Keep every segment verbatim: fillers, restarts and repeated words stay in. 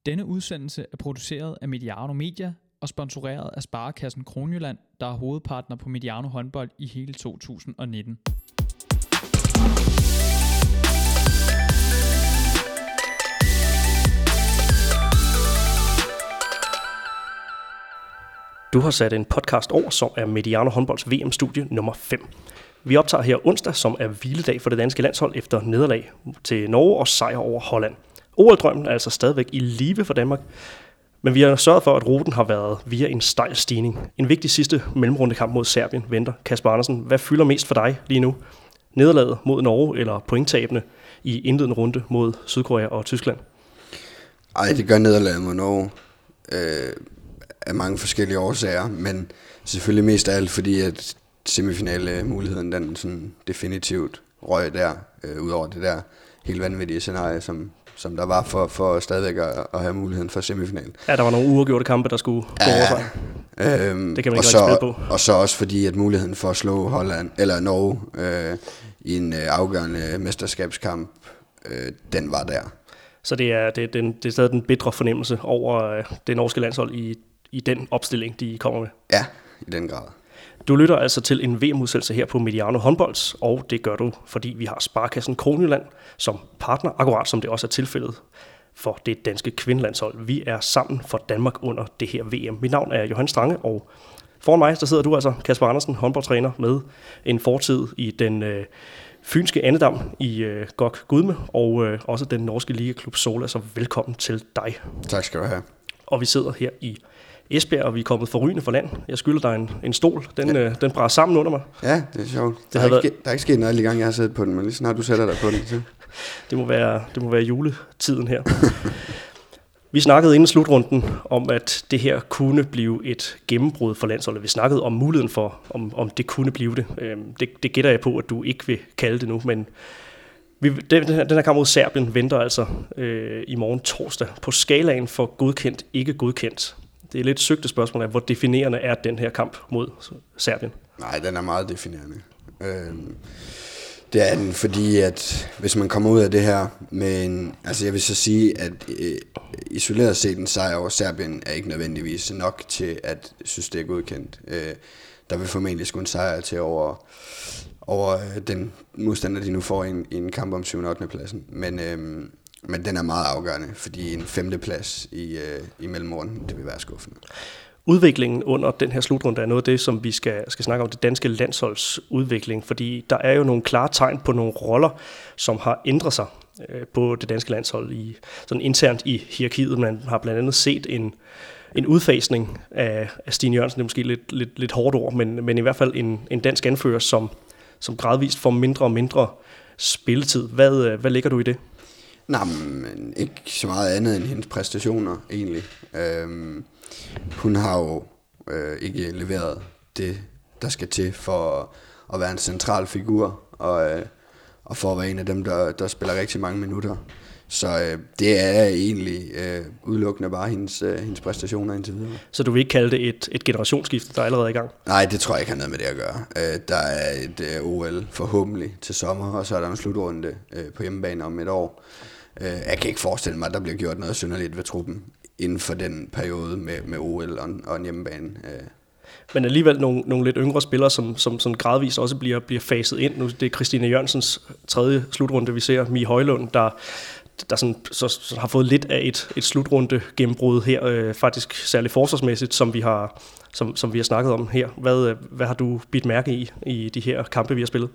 Denne udsendelse er produceret af Mediano Media og sponsoreret af Sparekassen Kronjylland, der er hovedpartner på Mediano håndbold i hele to tusind og nitten. Du har sat en podcast over, som er Mediano håndbolds V M-studie nummer fem. Vi optager her onsdag, som er hviledag for det danske landshold efter nederlag til Norge og sejr over Holland. O L-drømmen er altså stadigvæk i live for Danmark, men vi har sørget for, at ruten har været via en stejl stigning. En vigtig sidste mellemrundekamp mod Serbien venter. Kasper Andersen, hvad fylder mest for dig lige nu? Nederlaget mod Norge eller pointtabene i indledende runde mod Sydkorea og Tyskland? Ej, det gør nederlaget mod Norge øh, af mange forskellige årsager, men selvfølgelig mest af alt fordi, at semifinale-muligheden den sådan definitivt røg der, øh, ud over det der helt vanvittige scenarie, som, som der var for, for stadigvæk at, at have muligheden for semifinalen. Ja, der var nogle uafgjorte kampe, der skulle gå ja, over sig. Øhm, det kan man ikke så, spille på. Og så også fordi, at muligheden for at slå Holland, eller Norge øh, i en øh, afgørende mesterskabskamp, øh, den var der. Så det er, det, er den, det er stadig den bitre fornemmelse over øh, det norske landshold i, i den opstilling, de kommer med? Ja, i den grad. Du lytter altså til en V M-udsendelse her på Mediano håndbolds, og det gør du, fordi vi har Sparekassen Kronjylland som partner, akkurat som det også er tilfældet for det danske kvindelandshold. Vi er sammen for Danmark under det her V M. Mit navn er Johan Strange, og foran mig der sidder du altså, Kasper Andersen, håndboldtræner med en fortid i den øh, fynske Annedam i øh, G O K Gudme, og øh, også den norske ligaklub Sola, så velkommen til dig. Tak skal du have. Og vi sidder her i Esbjerg, og vi er kommet forrygende for land. Jeg skylder dig en, en stol. Den, ja. øh, den brænder sammen under mig. Ja, det er sjovt. Det der, er været... ikke, der er ikke sket noget alle de gange, jeg har siddet på den, men lige snart du sætter dig på den. Så. det, må være, det må være juletiden her. Vi snakkede inden slutrunden om, at det her kunne blive et gennembrud for landsholdet. Vi snakkede om muligheden for, om, om det kunne blive det. Øhm, det. Det gætter jeg på, at du ikke vil kalde det nu, men vi, den, her, den her kamp mod Serbien venter altså øh, i morgen torsdag på skalaen for godkendt, ikke godkendt. Det er lidt søgte spørgsmål af, hvor definerende er den her kamp mod Serbien? Nej, den er meget definerende. Øhm, det er den, fordi at hvis man kommer ud af det her med en... Altså jeg vil så sige, at øh, isoleret set en sejr over Serbien er ikke nødvendigvis nok til, at synes det er godkendt. Øh, der vil formentlig skulle en sejr til over, over den modstander, de nu får i en, i en kamp om syvende og ottende pladsen. Men... Øh, Men den er meget afgørende, fordi en femteplads i, øh, i mellemrunden, det vil være skuffende. Udviklingen under den her slutrunde er noget af det, som vi skal, skal snakke om, det danske landsholds udvikling, fordi der er jo nogle klare tegn på nogle roller, som har ændret sig øh, på det danske landshold i, sådan internt i hierarkiet. Man har blandt andet set en, en udfasning af, af Stine Jørgensen, det er måske lidt, lidt, lidt hårdt ord, men, men i hvert fald en, en dansk anfører, som, som gradvist får mindre og mindre spilletid. Hvad, hvad lægger du i det? Nej, men ikke så meget andet end hendes præstationer, egentlig. Øhm, hun har jo øh, ikke leveret det, der skal til for at være en central figur, og, øh, og for at være en af dem, der, der spiller rigtig mange minutter. Så øh, det er egentlig øh, udelukkende bare hendes, øh, hendes præstationer indtil videre. Så du vil ikke kalde det et, et generationsskifte, der er allerede i gang? Nej, det tror jeg ikke har noget med det at gøre. Øh, der er et øh, O L forhåbentlig til sommer, og så er der en slutrunde øh, på hjemmebane om et år. Jeg kan ikke forestille mig, at der bliver gjort noget synderligt ved truppen inden for den periode med, med O L og, og en hjemmebane. Men alligevel nogle, nogle lidt yngre spillere, som, som sådan gradvist også bliver, bliver faset ind. Nu det er Christine Jørgensens tredje slutrunde, vi ser Mie Højlund, der, der sådan, så, så har fået lidt af et, et slutrunde gennembrud her, øh, faktisk særligt forsvarsmæssigt, som vi har, som, som vi har snakket om her. Hvad, hvad har du bidt mærke i, i de her kampe, vi har spillet?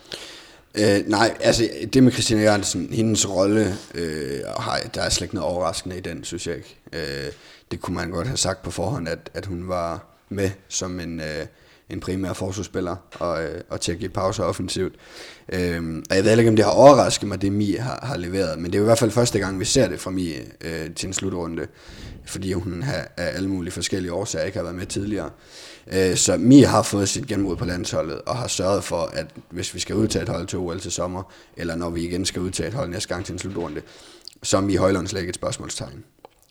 Øh, nej, altså det med Christine Jørgensen, hendes rolle, øh, har, der er slet ikke noget overraskende i den, synes jeg ikke. Øh, det kunne man godt have sagt på forhånd, at, at hun var med som en, øh, en primær forsvarsspiller og, øh, og til at give pauser offensivt. Øh, og jeg ved ikke, om det har overrasket mig, det Mie har, har leveret, men det er i hvert fald første gang, vi ser det fra Mie øh, til en slutrunde, fordi hun har, af alle mulige forskellige årsager ikke har været med tidligere. Så Mie har fået sit gennembrud på landsholdet og har sørget for, at hvis vi skal udtage et hold til O L til sommer, eller når vi igen skal udtage et hold næste gang til en slutrunde, så er Mie Højlund slet ikke et spørgsmålstegn.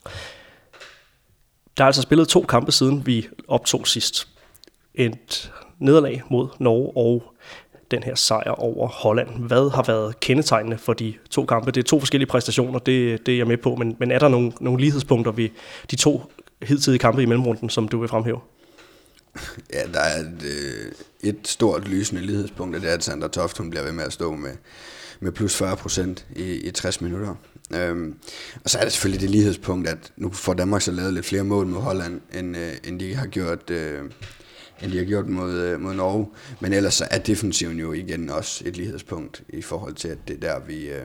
Der er altså spillet to kampe siden vi optog sidst. Et nederlag mod Norge og den her sejr over Holland. Hvad har været kendetegnende for de to kampe? Det er to forskellige præstationer, det, det er jeg med på, men, men er der nogle, nogle lighedspunkter ved de to hidtidige kampe i mellemrunden, som du vil fremhæve? Ja, der er et, et stort lysende lighedspunkt, og det er, at Sandra Toft, hun bliver ved med at stå med, med plus fyrre procent i, i tres minutter. Øhm, og så er det selvfølgelig det lighedspunkt, at nu får Danmark så lavet lidt flere mål mod Holland, end, øh, end de har gjort... Øh, end de har gjort mod, mod Norge. Men ellers så er defensiven jo igen også et lighedspunkt i forhold til, at det er der, vi, øh,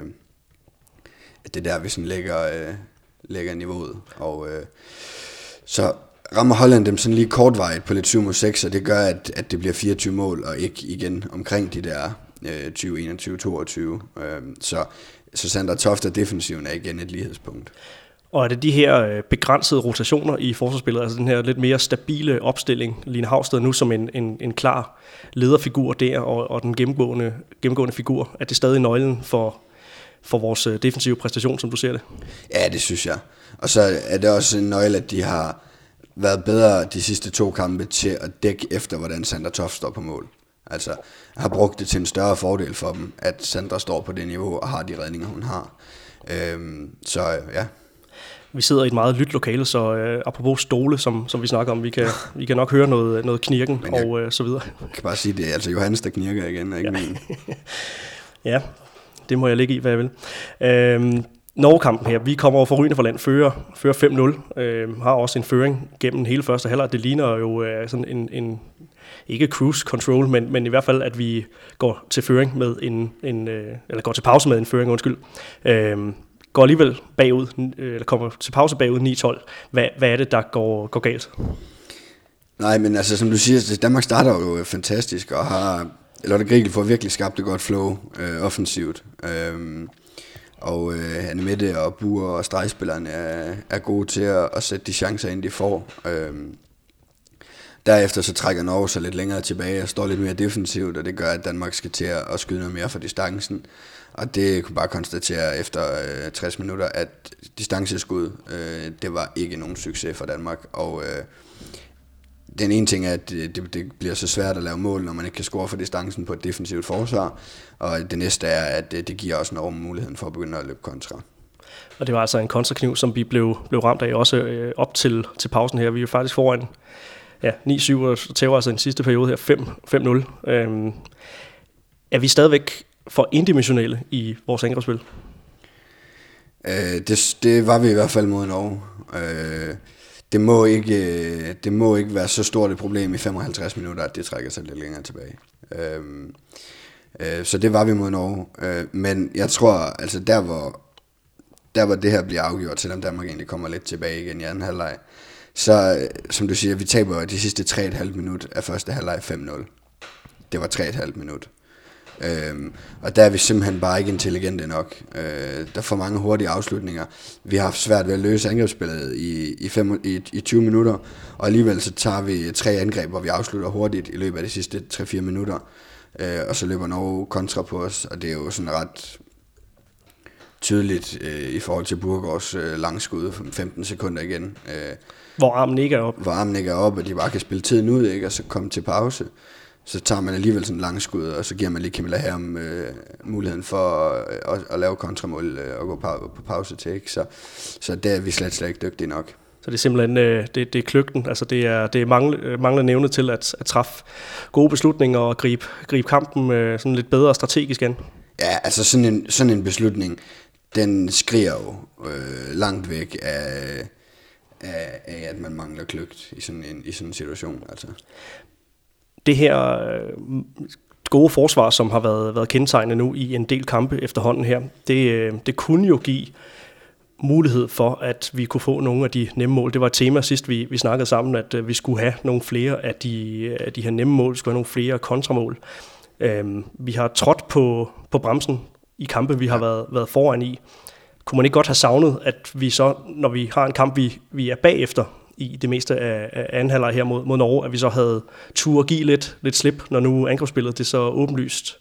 at det er der, vi sådan lægger, øh, lægger niveauet. Og øh, så rammer Holland dem sådan lige kortvarigt på lidt syv mod seks, og det gør, at, at det bliver fireogtyve mål, og ikke igen omkring de der øh, tyve, enogtyve, toogtyve. Øh, så, så Sandra Toft og defensiven er igen et lighedspunkt. Og er det de her begrænsede rotationer i forsvarsspillet, altså den her lidt mere stabile opstilling, Line Hausted nu som en, en, en klar lederfigur der, og, og den gennemgående, gennemgående figur, er det stadig nøglen for, for vores defensive præstation, som du ser det? Ja, det synes jeg. Og så er det også en nøgle, at de har været bedre de sidste to kampe til at dække efter, hvordan Sandra Toft står på mål. Altså har brugt det til en større fordel for dem, at Sandra står på det niveau og har de redninger, hun har. Øhm, så ja... Vi sidder i et meget lyt lokale, så øh, apropos stole, som, som vi snakker om, vi kan, vi kan nok høre noget, noget knirken jeg, og øh, så videre. Jeg kan bare sige, det er altså Johannes, der knirker igen, og ikke ja. min. Ja, det må jeg lægge i, hvad jeg vil. Øhm, Norge-kampen her, vi kommer over forrygende for land, fører, fører fem nul, øh, har også en føring gennem hele første halvleg. Det ligner jo øh, sådan en, en, ikke cruise control, men, men i hvert fald, at vi går til føring med en, en øh, eller går til pause med en føring, undskyld. Øh, går alligevel bagud, eller kommer til pause bagud ni tolv. Hvad, hvad er det, der går, går galt? Nej, men altså, som du siger, Danmark starter jo fantastisk, og har Lotte Griegel får virkelig skabt et godt flow øh, offensivt. Øhm, og øh, Anne Mette og Buer og stregspillerne er, er gode til at, at sætte de chancer ind, de får. Øhm, derefter så trækker Norge sig lidt længere tilbage og står lidt mere defensivt, og det gør, at Danmark skal til at skyde noget mere for distancen. Og det kunne bare konstatere efter øh, tres minutter, at distanceskud, øh, det var ikke nogen succes for Danmark. Og øh, den ene ting er, at det, det bliver så svært at lave mål, når man ikke kan score for distancen på et defensivt forsvar. Og det næste er, at det, det giver også Norge muligheden for at begynde at løbe kontra. Og det var altså en kontrakniv, som vi blev, blev ramt af også øh, op til, til pausen her. Vi er jo faktisk foran ja, ni syv og tæver altså den sidste periode her fem nul. Øhm, er vi stadigvæk for indimensionelle i vores angrebsspil? Øh, det, det var vi i hvert fald mod Norge. Øh, det, må ikke, det må ikke være så stort et problem i femoghalvtreds minutter, at det trækker sig lidt længere tilbage. Øh, øh, så det var vi mod Norge. Øh, men jeg tror, altså der hvor, der hvor det her bliver afgjort, selvom Danmark egentlig kommer lidt tilbage igen i anden halvleg, så som du siger, vi taber de sidste tre komma fem minut af første halvleg fem nul. Det var tre komma fem minut. Øhm, og der er vi simpelthen bare ikke intelligente nok. øh, Der er for mange hurtige afslutninger. Vi har haft svært ved at løse angrebsspillet i, i, fem, i, i tyve minutter, og alligevel så tager vi tre angreb, hvor vi afslutter hurtigt i løbet af de sidste tre fire minutter, øh, og så løber Norge kontra på os, og det er jo sådan ret tydeligt øh, i forhold til Burgårds øh, langskud femten sekunder igen, øh, hvor armen ikke er op hvor armen ikke er op, og de bare kan spille tiden ud, ikke, og så komme til pause. Så tager man alligevel sådan en langskud, og så giver man lige Camilla Herm øh, muligheden for at, at, at lave kontramål øh, og gå på, på pause til, ikke? Så, så der er vi slet, slet ikke dygtige nok. Så det er simpelthen øh, det, det er kløgten, altså det er, det er mangle, manglende evne til at, at træffe gode beslutninger og gribe, gribe kampen øh, sådan lidt bedre strategisk an. Ja, altså sådan en, sådan en beslutning, den skriger jo øh, langt væk af, af, af, at man mangler kløgt i sådan en, i sådan en situation, altså. Det her øh, gode forsvar, som har været, været kendetegnet nu i en del kampe efterhånden her, det, øh, det kunne jo give mulighed for, at vi kunne få nogle af de nemme mål. Det var et tema sidst, vi, vi snakkede sammen, at øh, vi skulle have nogle flere af de, af de her nemme mål, vi skulle have nogle flere kontramål. Øh, vi har trådt på, på bremsen i kampe, vi har været, været foran i. Kunne man ikke godt have savnet, at vi så, når vi har en kamp, vi, vi er bagefter, i det meste af, af anden halvleg her mod, mod Norge, at vi så havde tur at give lidt, lidt slip, når nu angrebsspillet det så åbenlyst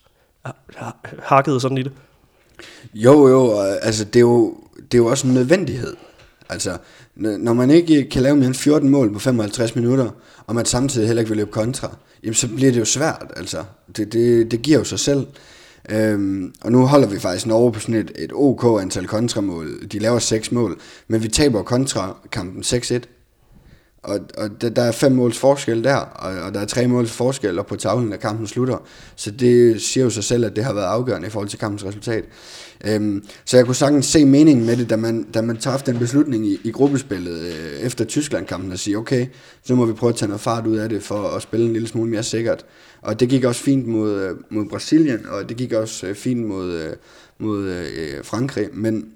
hakkede sådan i det? Jo, jo, altså det er jo, det er jo også en nødvendighed. Altså, når man ikke kan lave mere end fjorten mål på femoghalvtreds minutter, og man samtidig heller ikke vil løbe kontra, jamen så bliver det jo svært, altså. Det, det, det giver jo sig selv. Øhm, og nu holder vi faktisk Norge på sådan et, et ok antal kontramål. De laver seks mål, men vi taber kontrakampen seks et. Og, og der, der er fem måls forskel der, og, og der er tre måls forskel, og på tavlen da kampen slutter. Så det siger jo sig selv, at det har været afgørende i forhold til kampens resultat. Øhm, så jeg kunne sagtens se meningen med det, da man, da man træffede den beslutning i, i gruppespillet øh, efter Tyskland-kampen, at sige, okay, så må vi prøve at tage noget fart ud af det, for at spille en lille smule mere sikkert. Og det gik også fint mod, øh, mod Brasilien, og det gik også øh, fint mod, øh, mod øh, Frankrig, men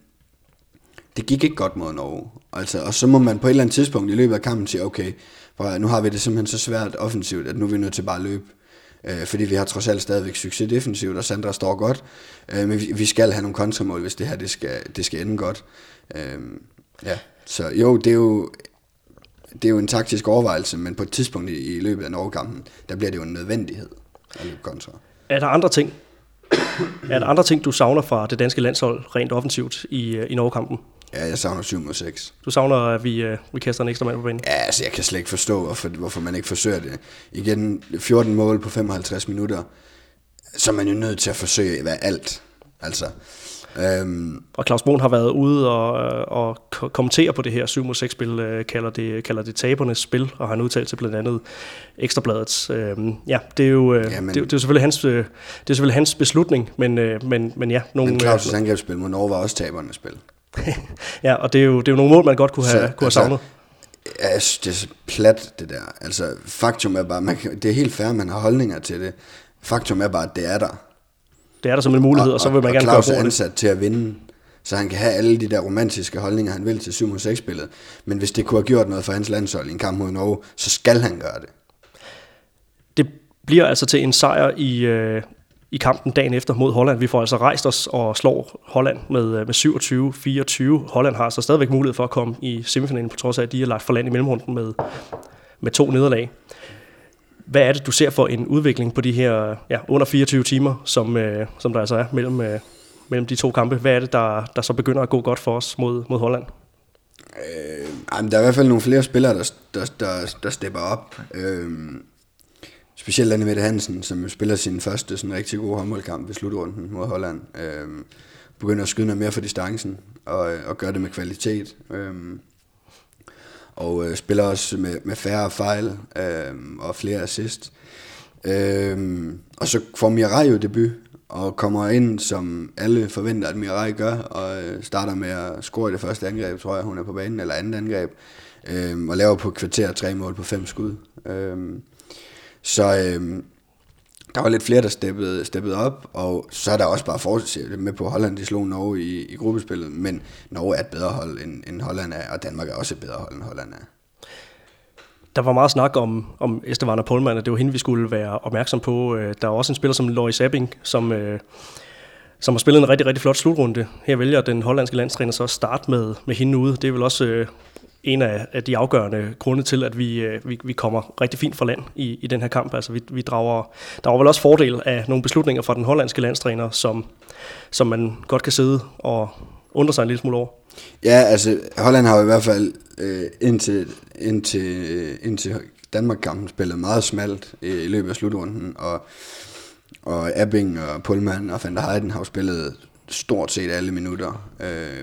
det gik ikke godt mod Norge. Altså, og så må man på et eller andet tidspunkt i løbet af kampen sige, okay, nu har vi det simpelthen så svært offensivt, at nu er vi nødt til bare at løbe. Øh, fordi vi har trods alt stadigvæk succes defensivt, og Sandra står godt. Øh, men vi, vi skal have nogle kontramål, hvis det her det skal, det skal ende godt. Øh, ja. Så jo, det er jo, det er jo en taktisk overvejelse, men på et tidspunkt i, i løbet af Norge-kampen, der bliver det jo en nødvendighed at løbe kontra. Er der andre ting, er der andre ting, du savner fra det danske landshold rent offensivt i, i Norge-kampen? Ja, jeg savner syv mod seks. Du savner, at vi, uh, vi kaster en ekstra mand på banen? Ja, altså jeg kan slet ikke forstå, hvorfor, hvorfor man ikke forsøger det. Igen, fjorten mål på femoghalvtreds minutter, så er man jo nødt til at forsøge hvad alt. Altså, øhm. Og Claus Mohn har været ude og, og kommentere på det her syv mod seks spil, kalder det, kalder det tabernes spil, og har han udtalt til blandt andet Ekstrabladets. Øhm, ja, det er jo, ja, men, det, det er selvfølgelig hans, det er selvfølgelig hans beslutning, men, men, men ja. Nogle, men Claus' angrebsspil mod Norge var også tabernes spil. Ja, og det er, jo, det er jo nogle mål, man godt kunne have, så, kunne have savnet. Altså, det er så plat, det der. Altså, faktum er bare, man kan, det er helt fair, man har holdninger til det. Faktum er bare, at det er der. Det er der som en mulighed, og, og så vil man og gerne Claus gøre er ansat til at vinde, så han kan have alle de der romantiske holdninger, han vil til syv mod seks spillet. Men hvis det kunne have gjort noget for hans landshold i en kamp mod Norge, så skal han gøre det. Det bliver altså til en sejr i... Øh i kampen dagen efter mod Holland. Vi får altså rejst os og slår Holland med, med syvogtyve fireogtyve. Holland har så stadigvæk mulighed for at komme i semifinalen, på trods af, at de har lagt for land i mellemrunden med, med to nederlag. Hvad er det, du ser for en udvikling på de her ja, under fireogtyve timer, som, øh, som der altså er mellem, øh, mellem de to kampe? Hvad er det, der, der så begynder at gå godt for os mod, mod Holland? Øh, der er i hvert fald nogle flere spillere, der, der, der, der stepper op. Øh, Specielt Anne Mette Hansen, som spiller sin første sådan rigtig gode håndboldkamp ved slutrunden mod Holland. Øhm, begynder at skyde noget mere for distancen, og, og gøre det med kvalitet. Øhm, og øh, spiller også med, med færre fejl øhm, og flere assist. Øhm, og så får Mirai jo debut, og kommer ind, som alle forventer, at Mirai gør, og øh, starter med at score i det første angreb, tror jeg, hun er på banen, eller andet angreb, øhm, og laver på kvarter tre mål på fem skud. Øhm, Så øhm, der var lidt flere, der steppede, steppede op, og så er der også bare forskel med på Holland, de slog Norge i, i gruppespillet, men Norge er et bedre hold, end, end Holland er, og Danmark er også et bedre hold, end Holland er. Der var meget snak om, om Estevana Polman, og det var hende, vi skulle være opmærksom på. Der er også en spiller som Lois Abbing, som, øh, som har spillet en rigtig, rigtig flot slutrunde. Her vælger den hollandske landstræner så at starte med, med hende ude. Det er vel også... Øh, en af de afgørende grunde til, at vi, vi, vi kommer rigtig fint fra land i, i den her kamp. Altså vi, vi drager, der var vel også fordel af nogle beslutninger fra den hollandske landstræner, som, som man godt kan sidde og undre sig en lille smule over. Ja, altså Holland har jo i hvert fald øh, indtil, indtil, indtil Danmark-kampen spillet meget smalt øh, i løbet af slutrunden, og, og Abbing og Pullman og Van der Heiden har jo spillet stort set alle minutter. Øh,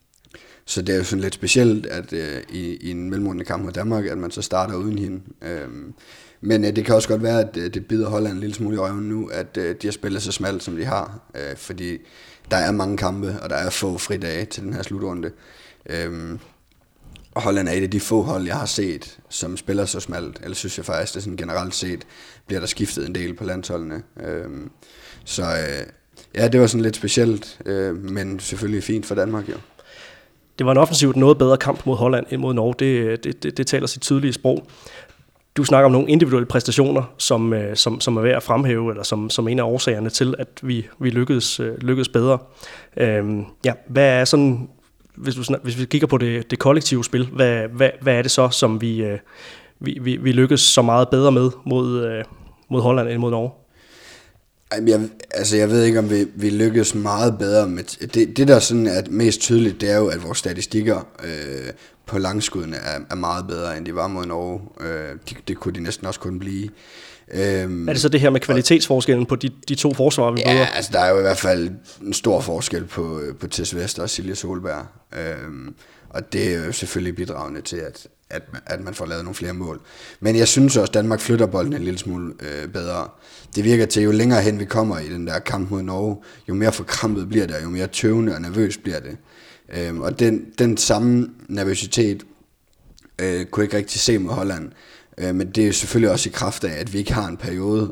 Så det er jo sådan lidt specielt, at øh, i, i en mellemrundende kamp mod Danmark, at man så starter uden hende. Øhm, men øh, det kan også godt være, at øh, det bider Holland en lille smule i røven nu, at øh, de har spillet så smalt, som de har. Øh, fordi der er mange kampe, og der er få fridage til den her slutrunde. Øhm, og Holland er et af de få hold, jeg har set, som spiller så smalt. Eller synes jeg faktisk, at sådan generelt set bliver der skiftet en del på landsholdene. Øhm, så øh, ja, det var sådan lidt specielt, øh, men selvfølgelig fint for Danmark jo. Det var en offensivt noget bedre kamp mod Holland end mod Norge. Det, det, det, det taler sit tydelige sprog. Du snakker om nogle individuelle præstationer, som, som, som er værd at fremhæve, eller som, som en af årsagerne til, at vi, vi lykkedes, lykkedes bedre. Øhm, ja, hvad er sådan, hvis, du, hvis vi kigger på det, det kollektive spil, hvad, hvad, hvad er det så, som vi, vi, vi, vi lykkedes så meget bedre med mod, mod Holland end mod Norge? Jeg, altså jeg ved ikke, om vi, vi lykkes meget bedre med... Det, det der sådan er mest tydeligt, det er jo, at vores statistikker øh, på langskuddene er, er meget bedre, end de var mod Norge. Øh, de, det kunne de næsten også kunne blive. Øhm, er det så det her med kvalitetsforskellen på de, de to forsvarer, vi ja, møder? altså der er jo i hvert fald en stor forskel på, på Tess Vester og Silje Solberg. Øhm, og det er jo selvfølgelig bidragende til, at, at, at man får lavet nogle flere mål. Men jeg synes også, at Danmark flytter bolden en lille smule øh, bedre. Det virker til, jo længere hen vi kommer i den der kamp mod Norge, jo mere forkrampet bliver det, jo mere tøvende og nervøs bliver det. Øhm, og den, den samme nervøsitet øh, kunne jeg ikke rigtig se mod Holland. Øh, men det er selvfølgelig også i kraft af, at vi ikke har en periode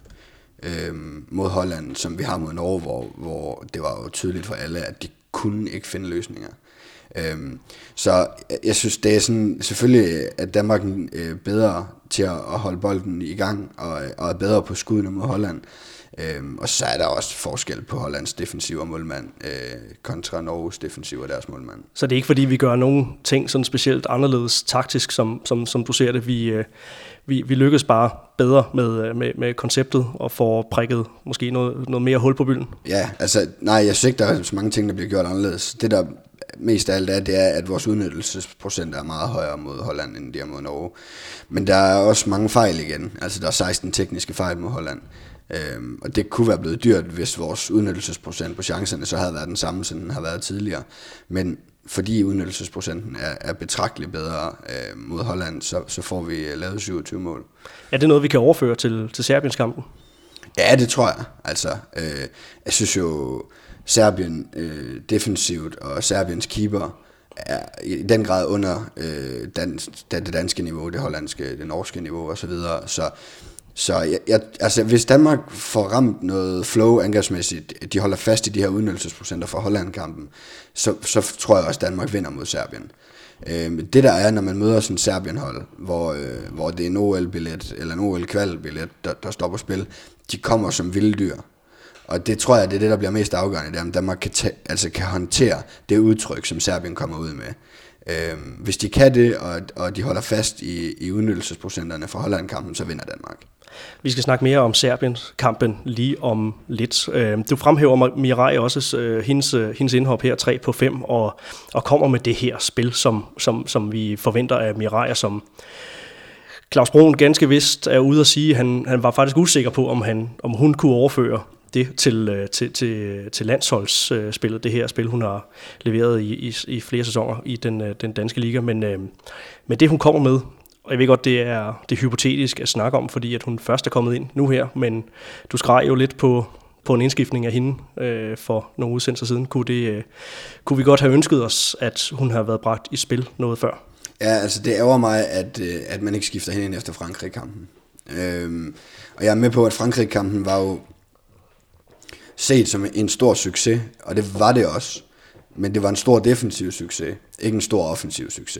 øh, mod Holland, som vi har mod Norge, hvor, hvor det var jo tydeligt for alle, at de kunne ikke finde løsninger. Øhm, så jeg synes, det er sådan, selvfølgelig, at Danmark er øh, bedre til at, at holde bolden i gang, og, og er bedre på skuddene mod Holland. Øhm, og så er der også forskel på Hollands defensiv og målmand øh, kontra Norges defensiv og deres målmand. Så det er ikke fordi, vi gør nogle ting sådan specielt anderledes taktisk, som, som, som du ser det. Vi, øh, vi, vi lykkes bare bedre med, med, med konceptet og får prikket måske noget, noget mere hul på bylden. Ja, altså nej, jeg synes ikke, der er så mange ting, der bliver gjort anderledes. Det der mest af alt er, det er, at vores udnyttelsesprocent er meget højere mod Holland, end de er mod Norge. Men der er også mange fejl igen. Altså der er seksten tekniske fejl mod Holland. Øhm, og det kunne være blevet dyrt, hvis vores udnyttelsesprocent på chancerne så havde været den samme, som den har været tidligere. Men fordi udnyttelsesprocenten er, er betragteligt bedre øh, mod Holland, så, så får vi lavet syvogtyve mål. Er det noget, vi kan overføre til, til Serbiens kampen? Ja, det tror jeg. Altså, øh, jeg synes jo, Serbien øh, defensivt og Serbiens keeper er i den grad under øh, dans, det danske niveau, det hollandske, det norske niveau osv. Så, så jeg, jeg, altså, hvis Danmark får ramt noget flow angrebsmæssigt, de holder fast i de her udnyttelsesprocenter for Holland-kampen, så, så tror jeg også, at Danmark vinder mod Serbien. Øh, det der er, når man møder sådan en Serbien-hold, hvor, øh, hvor det er en O L-billet eller en O L-kval-billet, der, der står på spil, de kommer som vilde dyr. Og det tror jeg, det er det, der bliver mest afgørende, det er, om Danmark kan, ta- altså kan håndtere det udtryk, som Serbien kommer ud med. Øhm, hvis de kan det, og, og de holder fast i, i udnyttelsesprocenterne for Holland-kampen, så vinder Danmark. Vi skal snakke mere om Serbien-kampen lige om lidt. Du fremhæver Mirai også hendes, hendes indhop her, tre på fem, og, og kommer med det her spil, som, som, som vi forventer af Mirai, som Claus Broen ganske vist er ude at sige, at han, han var faktisk usikker på, om, han, om hun kunne overføre det til, til, til, til landsholdsspillet, det her spil, hun har leveret i, i, i flere sæsoner i den, den danske liga. Men, men det, hun kommer med, og jeg ved godt, det er, det er hypotetisk at snakke om, fordi at hun først er kommet ind nu her, men du skreg jo lidt på, på en indskiftning af hende øh, for nogle udsendelser siden. Kunne, det, øh, kunne vi godt have ønsket os, at hun har været bragt i spil noget før? Ja, altså det ærger mig, at, at man ikke skifter hende ind efter Frankrig-kampen. Øhm, og jeg er med på, at Frankrig-kampen var jo set som en stor succes, og det var det også. Men det var en stor defensiv succes, ikke en stor offensiv succes.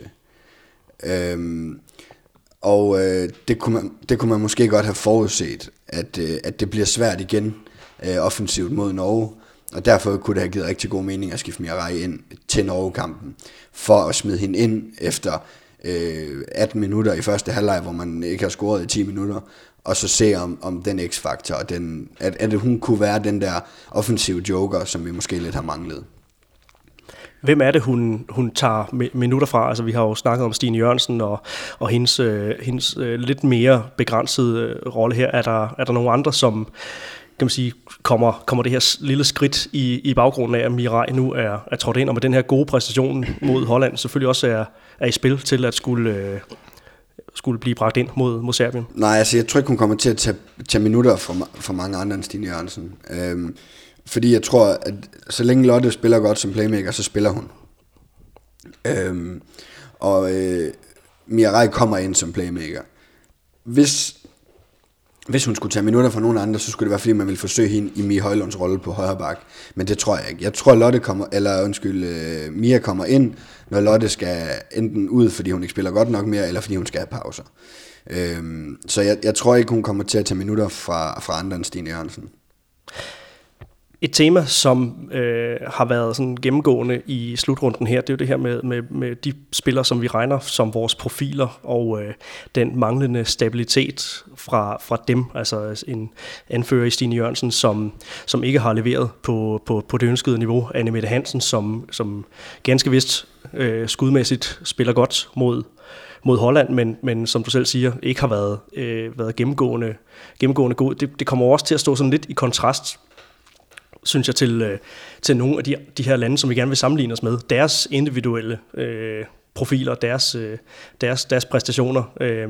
Øhm, og øh, det, kunne man, det kunne man måske godt have forudset, at, øh, at det bliver svært igen øh, offensivt mod Norge, og derfor kunne det have givet rigtig god mening at skifte Mirai ind til Norge-kampen, for at smide hende ind efter øh, atten minutter i første halvleg, hvor man ikke har scoret i ti minutter, og så se om, om den x-faktor, og den, at, at hun kunne være den der offensive joker, som vi måske lidt har manglet. Hvem er det, hun, hun tager minutter fra? Altså, vi har jo snakket om Stine Jørgensen og, og hendes, øh, hendes øh, lidt mere begrænsede øh, rolle her. Er der, er der nogle andre, som kan man sige, kommer, kommer det her lille skridt i, i baggrunden af, at Mirai nu er, er trådt ind, og med den her gode præstation mod Holland selvfølgelig også er, er i spil til at skulle, øh, skulle blive bragt ind mod, mod Serbien? Nej, altså jeg tror ikke, hun kommer til at tage, tage minutter for, for mange andre end Stine Jørgensen. Øhm, Fordi jeg tror, at så længe Lotte spiller godt som playmaker, så spiller hun. Øhm, og øh, Mirai kommer ind som playmaker. Hvis, hvis hun skulle tage minutter fra nogen andre, så skulle det være, fordi man ville forsøge hende i Mia Højlunds rolle på højre bak. Men det tror jeg ikke. Jeg tror, Lotte kommer, eller undskyld, øh, Mia kommer ind, når Lotte skal enten ud, fordi hun ikke spiller godt nok mere, eller fordi hun skal have pauser. Øhm, så jeg, jeg tror ikke, hun kommer til at tage minutter fra, fra andre end Stine Jørgensen. Et tema, som øh, har været sådan gennemgående i slutrunden her, det er jo det her med, med, med de spillere, som vi regner som vores profiler, og øh, den manglende stabilitet fra, fra dem. Altså en anfører i Stine Jørgensen, som, som ikke har leveret på, på, på det ønskede niveau. Anne Mette Hansen, som, som ganske vist øh, skudmæssigt spiller godt mod mod Holland, men, men som du selv siger, ikke har været, øh, været gennemgående, gennemgående god. Det, det kommer også til at stå sådan lidt i kontrast, synes jeg, til, øh, til nogle af de, de her lande, som vi gerne vil sammenligne os med. Deres individuelle øh, profiler, deres, øh, deres, deres præstationer. Øh,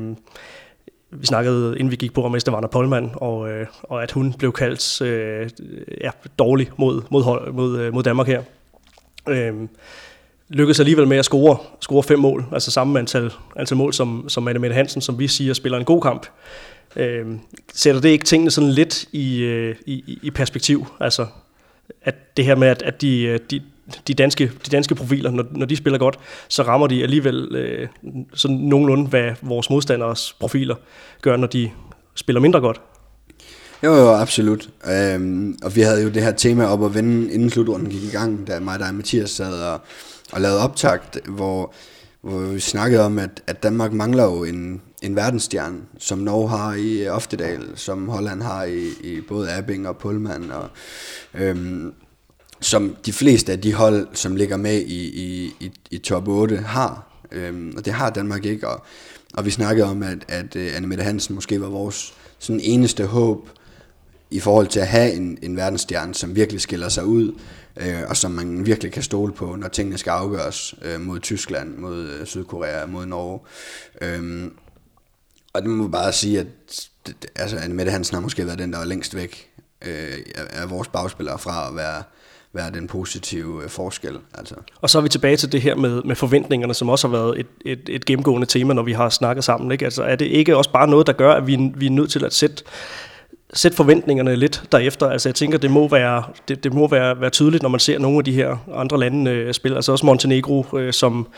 vi snakkede, inden vi gik på, om Estevan Polman, og, øh, og at hun blev kaldt øh, ja, dårlig mod, mod, mod, mod Danmark her. Øh, lykkedes alligevel med at score, score fem mål, altså samme antal, antal mål som, som Anne Mette Hansen, som vi siger spiller en god kamp. Øh, sætter det ikke tingene sådan lidt i, øh, i, i perspektiv? Altså, at det her med, at, at de, de, de, danske, de danske profiler, når, når de spiller godt, så rammer de alligevel øh, sådan nogenlunde, hvad vores modstanders profiler gør, når de spiller mindre godt. Jo, jo, absolut. Øhm, og vi havde jo det her tema op at vende, inden slutrunden gik i gang, da mig, der og Mathias sad og, og lavede optakt, hvor, hvor vi snakkede om, at, at Danmark mangler jo en, en verdensstjerne, som Norge har i Oftedal, som Holland har i, i både Abing og Pullman, og øhm, som de fleste af de hold, som ligger med i, i, i, i top otte, har. Øhm, og det har Danmark ikke. Og, og vi snakkede om, at, at Anne Mette Hansen måske var vores sådan eneste håb i forhold til at have en, en verdensstjerne, som virkelig skiller sig ud, øh, og som man virkelig kan stole på, når tingene skal afgøres øh, mod Tyskland, mod øh, Sydkorea, mod Norge. Øhm, og det må man bare sige, at altså, Anne Mette Hansen har måske været den, der var længst væk øh, af vores bagspillere fra at være, være den positive øh, forskel. Altså. Og så er vi tilbage til det her med, med forventningerne, som også har været et, et, et gennemgående tema, når vi har snakket sammen. Ikke? Altså, er det ikke også bare noget, der gør, at vi, vi er nødt til at sætte Sæt forventningerne lidt derefter. Altså jeg tænker, det må være det, det må være, være tydeligt, når man ser nogle af de her andre lande øh, spille. Altså også Montenegro, øh, som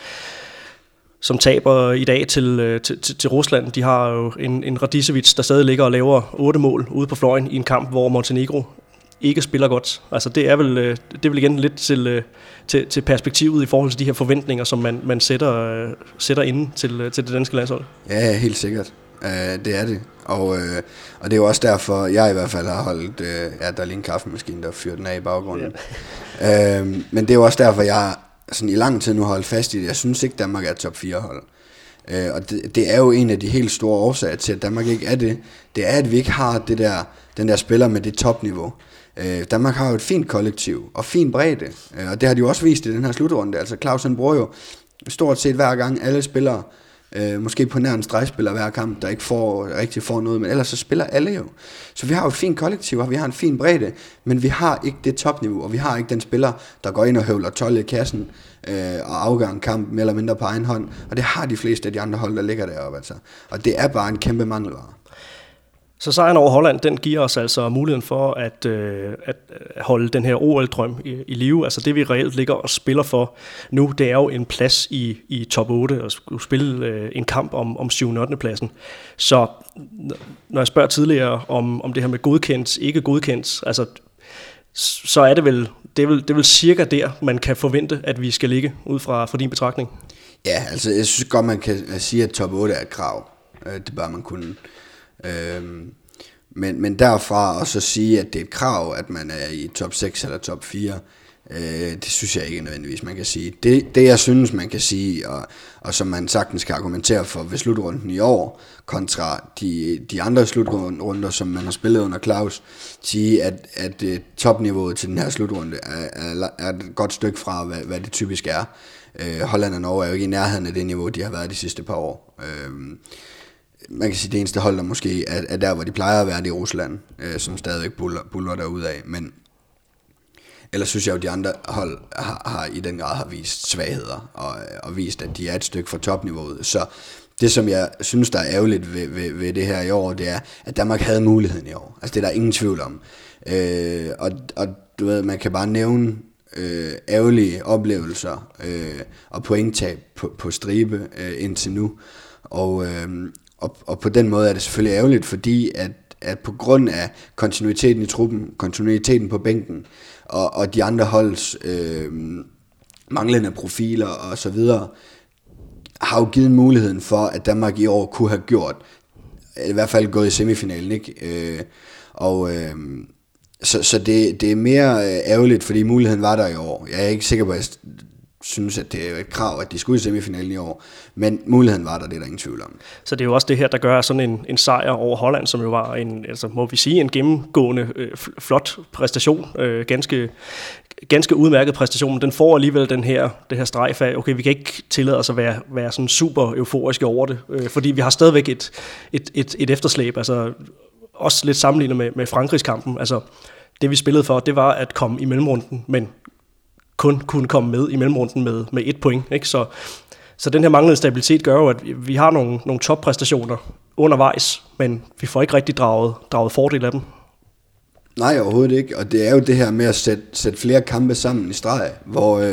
som taber i dag til, øh, til, til, til Rusland. De har jo en, en Radicevic, der stadig ligger og laver otte mål ude på fløjen i en kamp, hvor Montenegro ikke spiller godt. Altså det er vel øh, det er vel igen lidt til, øh, til til perspektivet i forhold til de her forventninger, som man man sætter øh, sætter inde til øh, til det danske landshold. Ja, helt sikkert. Uh, det er det. Og, uh, og det er jo også derfor, jeg i hvert fald har holdt, uh, ja, der er lige en kaffemaskine, der fyrer den af i baggrunden. Yeah. uh, men det er jo også derfor, jeg sådan i lang tid nu har holdt fast i det. Jeg synes ikke, Danmark er et top fire hold. Uh, og det, det er jo en af de helt store årsager til, at Danmark ikke er det. Det er, at vi ikke har det der, den der spiller med det topniveau. Uh, Danmark har jo et fint kollektiv og fin bredde. Uh, og det har de jo også vist i den her slutrunde. Altså Claus han bruger jo stort set hver gang alle spillere, Øh, måske på nær en stregspiller hver kamp, der ikke får, rigtig får noget, men ellers så spiller alle jo. Så vi har jo et fint kollektiv, og vi har en fin bredde, men vi har ikke det topniveau, og vi har ikke den spiller, der går ind og høvler tolv i kassen øh, og afgør en kamp mere eller mindre på egen hånd, og det har de fleste af de andre hold, der ligger deroppe. Altså. Og det er bare en kæmpe mangelvare. Så sejren over Holland, den giver os altså muligheden for at, øh, at holde den her O L-drøm i, i live. Altså det vi reelt ligger og spiller for nu, det er jo en plads i, i top otte, og skulle spille øh, en kamp om, om syvende og ottende pladsen. Så når jeg spørger tidligere om, om det her med godkendt, ikke godkendt, altså så er det vel, det er vel, det er vel cirka der, man kan forvente, at vi skal ligge ud fra, fra din betragtning. Ja, altså jeg synes godt, man kan sige, at top otte er et krav. Det bør man kunne. Øhm, men, men derfra og så sige, at det er et krav, at man er i top seks eller top fire, øh, det synes jeg ikke nødvendigvis, man kan sige. Det, det jeg synes, man kan sige, og, og som man sagtens kan argumentere for ved slutrunden i år, kontra de, de andre slutrunder, som man har spillet under Claus, sige, at, at topniveauet til den her slutrunde er, er, er et godt stykke fra, hvad, hvad det typisk er. Øh, Holland og Norge er jo ikke i nærheden af det niveau, de har været de sidste par år. Øh, Man kan sige, det eneste hold, der måske er, er der, hvor de plejer at være, det i Rusland, øh, som stadigvæk buller, buller derudad. Men ellers synes jeg jo, at de andre hold har, har i den grad har vist svagheder, og, og vist, at de er et stykke fra topniveauet. Så det, som jeg synes, der er ærgerligt ved, ved, ved det her i år, det er, at Danmark havde muligheden i år. Altså det er der ingen tvivl om. Øh, og, og du ved, man kan bare nævne øh, ærgerlige oplevelser øh, og pointtab på, på stribe øh, indtil nu. Og... Øh, Og, og på den måde er det selvfølgelig ærgerligt, fordi at, at på grund af kontinuiteten i truppen, kontinuiteten på bænken, og, og de andre holds øh, manglende profiler og så videre, har jo givet muligheden for, at Danmark i år kunne have gjort, i hvert fald gået i semifinalen, ikke? Øh, og øh, så, så det, det er mere ærgerligt, fordi muligheden var der i år. Jeg er ikke sikker på, at jeg synes, at det er et krav, at de skulle i semifinalen i år, men muligheden var der, det er der ingen tvivl om. Så det er jo også det her, der gør sådan en, en sejr over Holland, som jo var en, altså må vi sige, en gennemgående øh, flot præstation, øh, ganske ganske udmærket præstation. Den får alligevel den her, det her strejf af, okay, vi kan ikke tillade os at være, være sådan super euforiske over det, øh, fordi vi har stadigvæk et, et, et, et efterslæb, altså også lidt sammenlignet med, med Frankrigskampen. Altså det vi spillede for, det var at komme i mellemrunden, men kun kunne komme med i mellemrunden med, med et point, ikke? Så, så den her manglende stabilitet gør jo, at vi har nogle, nogle toppræstationer undervejs, men vi får ikke rigtig draget, draget fordel af dem. Nej, overhovedet ikke, og det er jo det her med at sætte, sætte flere kampe sammen i streg, hvor, øh,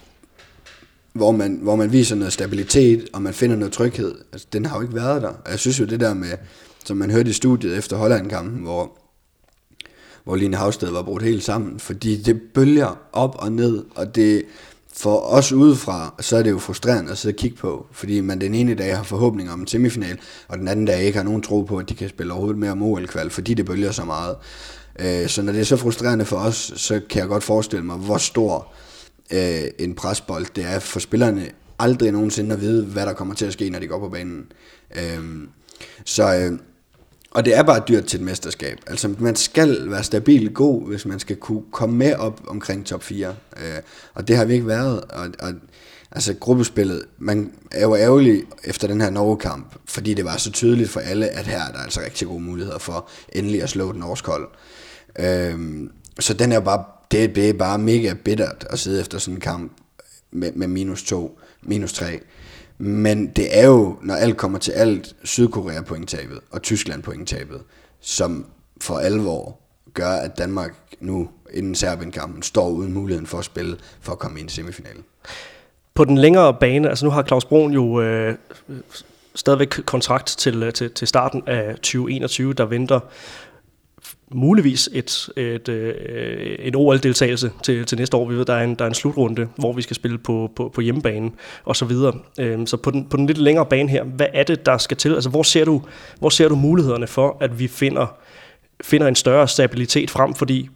hvor, man, hvor man viser noget stabilitet, og man finder noget tryghed. Altså, den har jo ikke været der. Jeg synes jo det der med, som man hørte i studiet efter Holland-kampen, hvor, hvor Line Havsted var brudt helt sammen, fordi det bølger op og ned, og det for os udefra, så er det jo frustrerende at sidde og kigge på, fordi man den ene dag har forhåbninger om en semifinal, og den anden dag ikke har nogen tro på, at de kan spille overhovedet mere om O L-kval, fordi det bølger så meget. Så når det er så frustrerende for os, så kan jeg godt forestille mig, hvor stor øh, en presbold det er for spillerne aldrig nogensinde at vide, hvad der kommer til at ske, når de går på banen. Øh, så, øh, og det er bare dyrt til et mesterskab. Altså man skal være stabil god, hvis man skal kunne komme med op omkring top fire. Øh, og det har vi ikke været. Og, og, altså gruppespillet, man er jo ærgerlig efter den her Norge-kamp, fordi det var så tydeligt for alle, at her er der altså rigtig gode muligheder for endelig at slå den norske hold. Øhm, så den er bare, det, det er bare mega bittert at sidde efter sådan en kamp med, med minus to, minus tre. Men det er jo, når alt kommer til alt, Sydkorea pointtabet og Tyskland pointtabet, som for alvor gør, at Danmark nu inden Serbien-kampen står uden muligheden for at spille, for at komme ind i semifinalen. På den længere bane, altså nu har Claus Broen jo øh, stadigvæk kontrakt til, til, til starten af tyve enogtyve, der venter muligvis et, et, et, en O L-deltagelse til, til næste år. Vi ved, der er en, der er en slutrunde, hvor vi skal spille på, på, på hjemmebane og så videre. Så på den, på den lidt længere bane her, hvad er det, der skal til? Altså, hvor ser du, hvor ser du mulighederne for, at vi finder, finder en større stabilitet frem? Fordi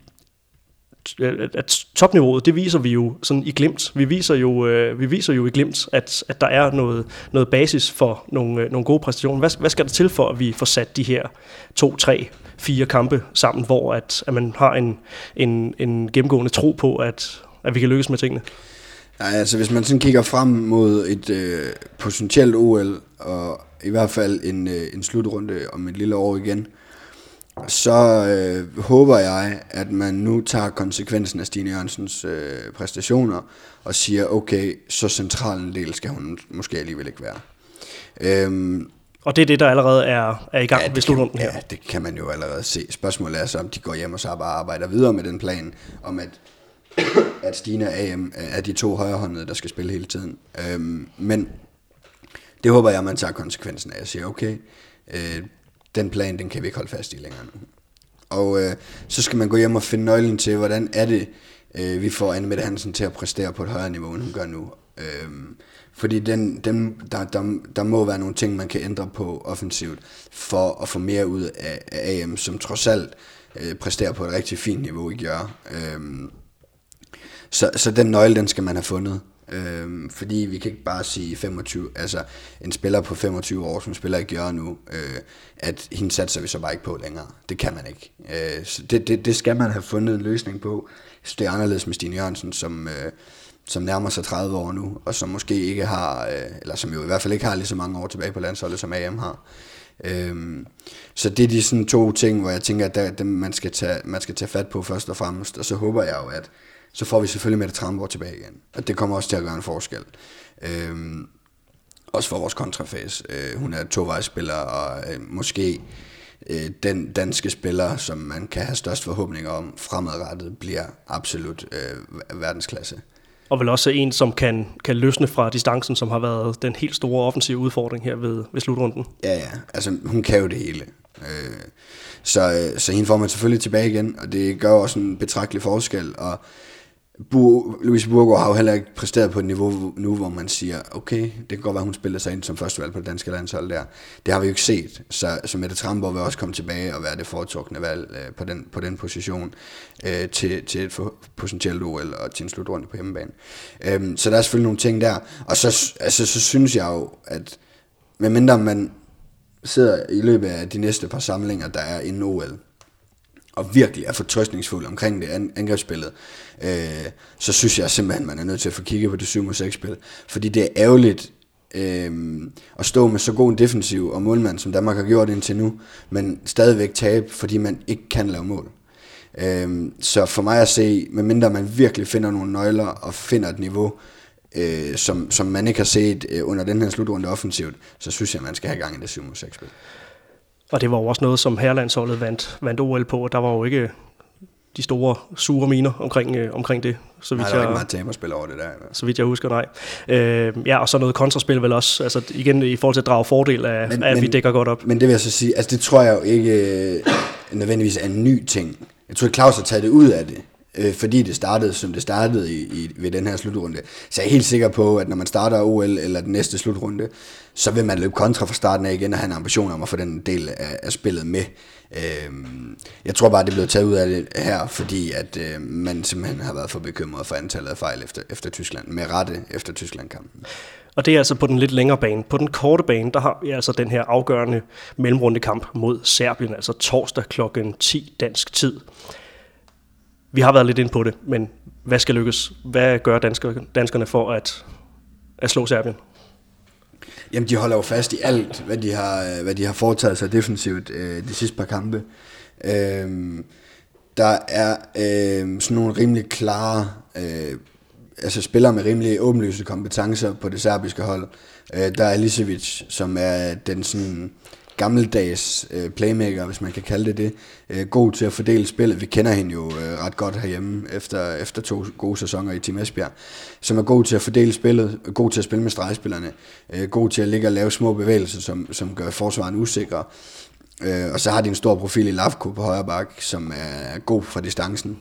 at topniveauet, det viser vi jo sådan i glimt. Vi viser jo, øh, vi viser jo i glimt, at, at der er noget, noget basis for nogle, øh, nogle gode præstationer. Hvad, hvad skal der til for, at vi får sat de her to, tre, fire kampe sammen, hvor at, at man har en, en, en gennemgående tro på, at, at vi kan lykkes med tingene? Nej, altså hvis man sådan kigger frem mod et øh, potentielt O L, og i hvert fald en, øh, en slutrunde om et lille år igen, så øh, håber jeg, at man nu tager konsekvensen af Stine Jørgensens øh, præstationer og siger, okay, så central en del skal hun måske alligevel ikke være. Øhm, og det er det, der allerede er, er i gang ja, ved slutrunden her? Ja, det kan man jo allerede se. Spørgsmålet er så, om de går hjem og så bare arbejder videre med den plan, om at, at Stine og A M er de to højrehåndede, der skal spille hele tiden. Øhm, men det håber jeg, at man tager konsekvensen af og siger, okay, øh, den plan, den kan vi ikke holde fast i længere nu. Og øh, så skal man gå hjem og finde nøglen til, hvordan er det, øh, vi får Anne Mette Hansen til at præstere på et højere niveau, end hun gør nu. Øh, fordi den, den, der, der, der må være nogle ting, man kan ændre på offensivt, for at få mere ud af, af A M, som trods alt øh, præsterer på et rigtig fint niveau i gør. Øh, så, så den nøgle, den skal man have fundet. Øhm, fordi vi kan ikke bare sige femogtyve, altså en spiller på femogtyve år, som spiller i Gjøre nu, øh, at hende satser vi så bare ikke på længere. Det kan man ikke. Øh, så det, det, det skal man have fundet en løsning på. Så det er anderledes med Stine Jørgensen, som, øh, som nærmer sig tredive år nu, og som måske ikke har, øh, eller som jo i hvert fald ikke har lige så mange år tilbage på landsholdet, som A M har. Øhm, så det er de sådan to ting, hvor jeg tænker, at der, dem, man, skal tage, man skal tage fat på først og fremmest, og så håber jeg jo, at så får vi selvfølgelig Mette Tramborg tilbage igen. Og det kommer også til at gøre en forskel. Øhm, også for vores kontrafase. Øh, hun er tovejsspiller, og øh, måske øh, den danske spiller, som man kan have størst forhåbninger om fremadrettet, bliver absolut øh, verdensklasse. Og vel også en, som kan, kan løsne fra distancen, som har været den helt store offensive udfordring her ved, ved slutrunden. Ja, ja. Altså, hun kan jo det hele. Øh, så, så hende får man selvfølgelig tilbage igen, og det gør også en betragtelig forskel, og Bu- Louise Burgaard har jo heller ikke præsteret på et niveau nu, hvor man siger, okay, det kan godt være, hun spiller sig ind som førstevalg på det danske landshold der. Det har vi jo ikke set, så, så Mette Tramborg vil også komme tilbage og være det foretrukne valg øh, på, den, på den position øh, til, til et for, potentielt O L og til en slutrunde på hjemmebane. Øhm, så der er selvfølgelig nogle ting der, og så, altså, så synes jeg jo, at medmindre man sidder i løbet af de næste par samlinger, der er inden O L, og virkelig er fortrøstningsfuld omkring det angrebsspillet, øh, så synes jeg simpelthen, man er nødt til at få kigget på det syv mod seks spil. Fordi det er ærgerligt øh, at stå med så god en defensiv og målmand, som Danmark har gjort indtil nu, men stadigvæk tabe, fordi man ikke kan lave mål. Øh, så for mig at se, medmindre man virkelig finder nogle nøgler og finder et niveau, øh, som, som man ikke har set øh, under den her slutrunde offensivt, så synes jeg, man skal have gang i det syv mod seks spil. Og det var jo også noget, som herrelandsholdet vandt, vandt O L på, og der var jo ikke de store sure miner omkring, øh, omkring det. Så vidt nej, der var jeg, ikke meget taberspil over det der. Eller? Så vidt jeg husker, nej. Øh, ja, og så noget kontraspil vel også, altså igen i forhold til at drage fordel af, men, af at men, vi dækker godt op. Men det vil jeg så sige, altså det tror jeg jo ikke øh, nødvendigvis er en ny ting. Jeg tror, at Claus har taget det ud af det, øh, fordi det startede, som det startede i, i, ved den her slutrunde. Så jeg er helt sikker på, at når man starter O L eller den næste slutrunde, så vil man løbe kontra fra starten af igen og have en ambition om at få den del af, af spillet med. Øhm, jeg tror bare, det blev taget ud af det her, fordi at øh, man simpelthen har været for bekymret for antallet af fejl efter, efter Tyskland, med rette efter Tyskland-kampen. Og det er altså på den lidt længere bane. På den korte bane, der har vi altså den her afgørende mellemrundekamp mod Serbien, altså torsdag klokken ti dansk tid. Vi har været lidt inde på det, men hvad skal lykkes? Hvad gør dansker, danskerne for at, at slå Serbien? Jamen, de holder jo fast i alt, hvad de har, hvad de har foretaget sig defensivt øh, de sidste par kampe. Øh, der er øh, sådan nogle rimelig klare, øh, altså spillere med rimelig åbenlyse kompetencer på det serbiske hold. Øh, der er Lisevic, som er den sådan gammeldags øh, playmaker, hvis man kan kalde det det, øh, god til at fordele spillet. Vi kender hende jo øh, ret godt herhjemme efter, efter to gode sæsoner i Team Esbjerg, som er god til at fordele spillet, god til at spille med stregspillerne, øh, god til at ligge og lave små bevægelser, som, som gør forsvaren usikre. Øh, og så har de en stor profil i Lavko på højre bak, som er god fra distancen.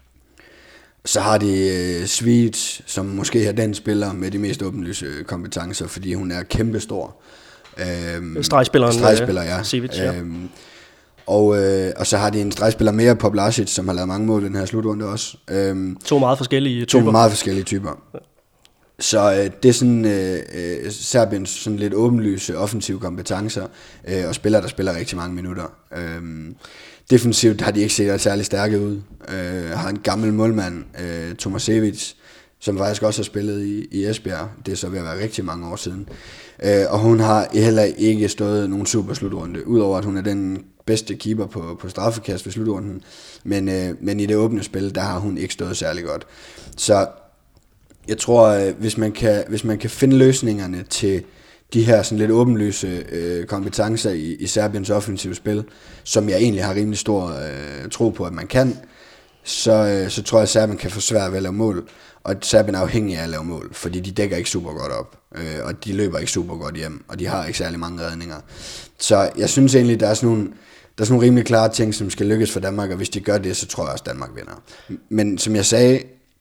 Så har de øh, Svit, som måske er den spiller med de mest åbenlyse kompetencer, fordi hun er kæmpestor. Øhm, Stregspilleren, stregspiller, ja. Sivic, ja. Øhm, og, øh, og så har de en stregspiller mere, Poplašić, som har lavet mange mål i den her slutrunde også. Øhm, to meget forskellige typer. To meget forskellige typer. Ja. Så øh, det er sådan øh, øh, Serbiens sådan lidt åbenlyse offensive kompetencer, øh, og spillere, der spiller rigtig mange minutter. Øhm, defensivt har de ikke set særlig stærke ud. Øh, har en gammel målmand, øh, Tomasevic, som faktisk også har spillet i, i Esbjerg. Det er så ved at være rigtig mange år siden. Øh, og hun har heller ikke stået nogen super slutrunde, udover at hun er den bedste keeper på, på straffekast ved slutrunden. Men, øh, men i det åbne spil, der har hun ikke stået særlig godt. Så jeg tror, øh, hvis, man kan, hvis man kan finde løsningerne til de her sådan lidt åbenlyse øh, kompetencer i, i Serbiens offensive spil, som jeg egentlig har rimelig stor øh, tro på, at man kan, så, øh, så tror jeg, at Serbien kan få svært ved at lave mål. Og Serbien er afhængig af at lave mål, fordi de dækker ikke super godt op, øh, og de løber ikke super godt hjem, og de har ikke særlig mange redninger. Så jeg synes egentlig, der er sådan nogle, der er sådan nogle rimelig klare ting, som skal lykkes for Danmark, og hvis de gør det, så tror jeg også, Danmark vinder. Men som jeg sagde,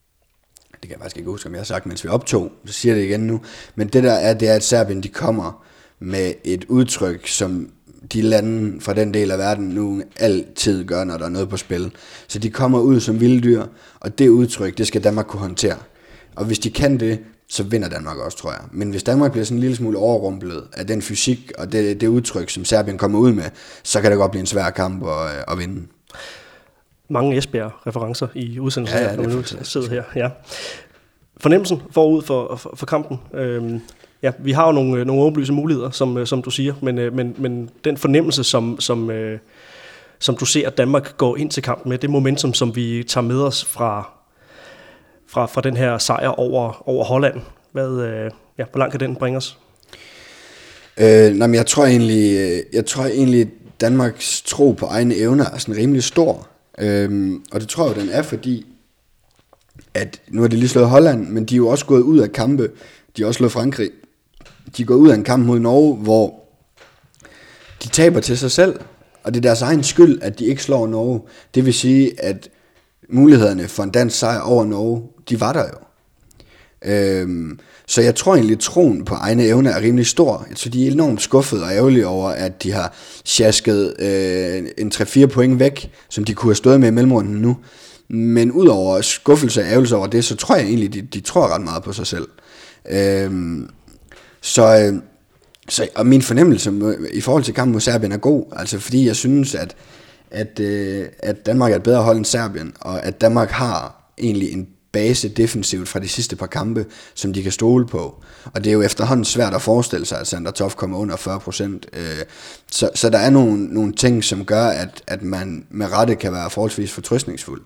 det kan jeg faktisk ikke huske, om jeg har sagt, mens vi optog, så siger jeg det igen nu, men det der er, det er, at Serbien, de kommer med et udtryk, som de lande fra den del af verden nu altid gør, når der er noget på spil. Så de kommer ud som vilde dyr, og det udtryk, det skal Danmark kunne håndtere. Og hvis de kan det, så vinder Danmark også, tror jeg. Men hvis Danmark bliver sådan en lille smule overrumplet af den fysik og det, det udtryk, som Serbien kommer ud med, så kan det godt blive en svær kamp at, at vinde. Mange Esbjerg-referencer i udsendelsen, ja, ja, når man nu sidder her. Ja. Fornemmelsen forud for, for, for kampen. Øhm, ja, vi har jo nogle, nogle åbenlyse muligheder, som, som du siger, men, men, men den fornemmelse, som, som, øh, som du ser, at Danmark går ind til kampen med, det momentum, som vi tager med os fra, fra, fra den her sejr over, over Holland. Hvad, øh, ja, hvor langt kan den bringe os? Øh, nej, men jeg tror egentlig, jeg tror egentlig, Danmarks tro på egne evner er sådan rimelig stor. Øhm, og det tror jeg, den er, fordi at nu har de lige slået Holland, men de er jo også gået ud af kampe. De har også slået Frankrig. De er gået ud af en kamp mod Norge, hvor de taber til sig selv. Og det er deres egen skyld, at de ikke slår Norge. Det vil sige, at mulighederne for en dansk sejr over Norge, de var der jo. Øhm, så jeg tror egentlig, at troen på egne evner er rimelig stor. Så de er enormt skuffede og ærgerlige over, at de har sjasket øh, en tre fire point væk, som de kunne have stået med i mellemrunden nu. Men udover skuffelse og ærgelse over det, så tror jeg egentlig, de, de tror ret meget på sig selv. Øhm, så, øh, så og min fornemmelse i forhold til kampen mod Serbien er god, altså fordi jeg synes, at, at, øh, at Danmark er et bedre hold end Serbien, og at Danmark har egentlig en base defensivt fra de sidste par kampe, som de kan stole på. Og det er jo efterhånden svært at forestille sig, at Sander Toft kommer under fyrre procent. Så, så der er nogle, nogle ting, som gør, at, at man med rette kan være forholdsvis fortrøstningsfuld.